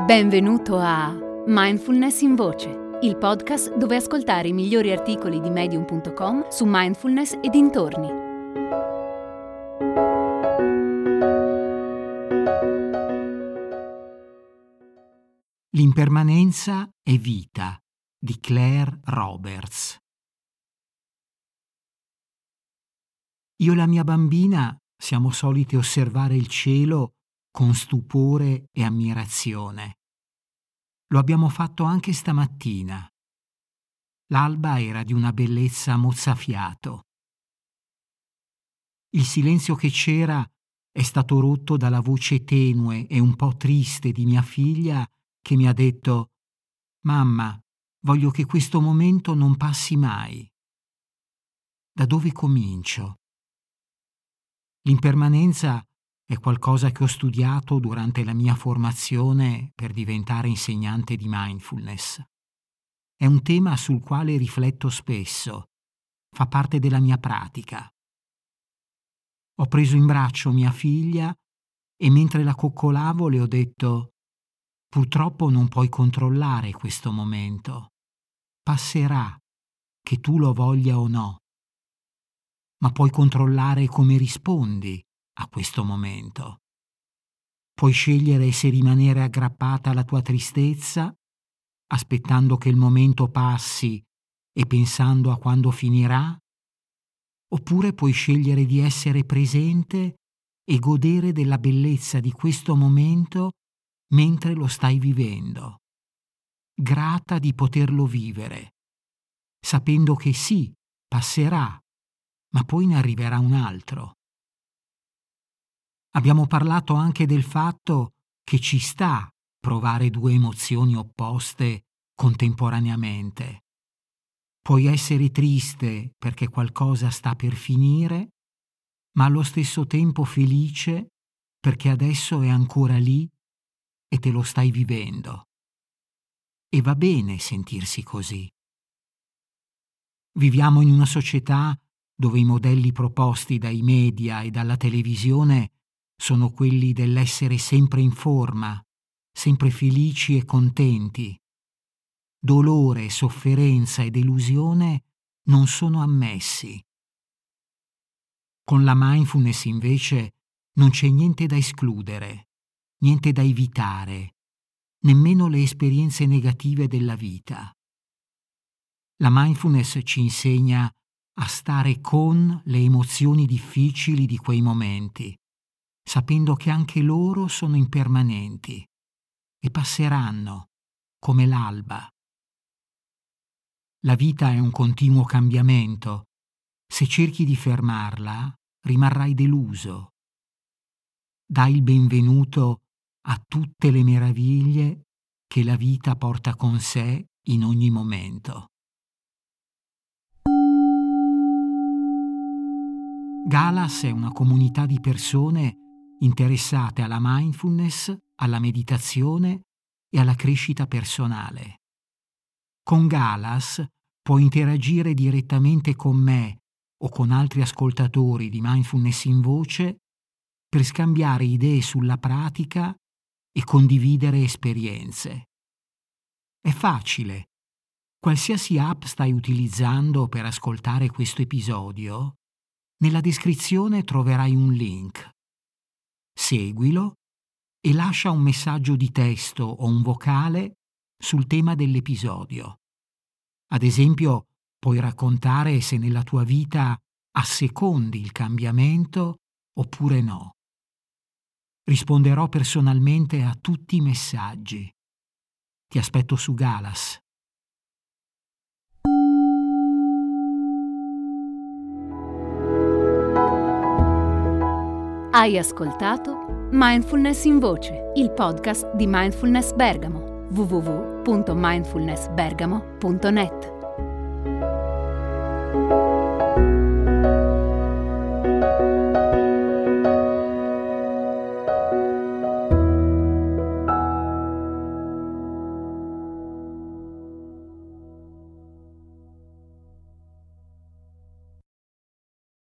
Benvenuto a Mindfulness in Voce, il podcast dove ascoltare i migliori articoli di Medium.com su mindfulness e dintorni. L'impermanenza è vita di Claire Roberts. Io e la mia bambina siamo soliti osservare il cielo con stupore e ammirazione. Lo abbiamo fatto anche stamattina. L'alba era di una bellezza mozzafiato. Il silenzio che c'era è stato rotto dalla voce tenue e un po' triste di mia figlia che mi ha detto: «Mamma, voglio che questo momento non passi mai». Da dove comincio? L'impermanenza è qualcosa che ho studiato durante la mia formazione per diventare insegnante di mindfulness. È un tema sul quale rifletto spesso, fa parte della mia pratica. Ho preso in braccio mia figlia e mentre la coccolavo le ho detto: «Purtroppo non puoi controllare questo momento. Passerà, che tu lo voglia o no. Ma puoi controllare come rispondi a questo momento. Puoi scegliere se rimanere aggrappata alla tua tristezza, aspettando che il momento passi e pensando a quando finirà, oppure puoi scegliere di essere presente e godere della bellezza di questo momento mentre lo stai vivendo, grata di poterlo vivere, sapendo che sì, passerà, ma poi ne arriverà un altro». Abbiamo parlato anche del fatto che ci sta provare due emozioni opposte contemporaneamente. Puoi essere triste perché qualcosa sta per finire, ma allo stesso tempo felice perché adesso è ancora lì e te lo stai vivendo. E va bene sentirsi così. Viviamo in una società dove i modelli proposti dai media e dalla televisione sono quelli dell'essere sempre in forma, sempre felici e contenti. Dolore, sofferenza e delusione non sono ammessi. Con la mindfulness invece non c'è niente da escludere, niente da evitare, nemmeno le esperienze negative della vita. La mindfulness ci insegna a stare con le emozioni difficili di quei momenti, sapendo che anche loro sono impermanenti e passeranno, come l'alba. La vita è un continuo cambiamento. Se cerchi di fermarla, rimarrai deluso. Dai il benvenuto a tutte le meraviglie che la vita porta con sé in ogni momento. Galas è una comunità di persone interessate alla mindfulness, alla meditazione e alla crescita personale. Con Galas puoi interagire direttamente con me o con altri ascoltatori di Mindfulness in Voce per scambiare idee sulla pratica e condividere esperienze. È facile. Qualsiasi app stai utilizzando per ascoltare questo episodio, nella descrizione troverai un link. Seguilo e lascia un messaggio di testo o un vocale sul tema dell'episodio. Ad esempio, puoi raccontare se nella tua vita assecondi il cambiamento oppure no. Risponderò personalmente a tutti i messaggi. Ti aspetto su Galas. Hai ascoltato Mindfulness in Voce, il podcast di Mindfulness Bergamo, www.mindfulnessbergamo.net.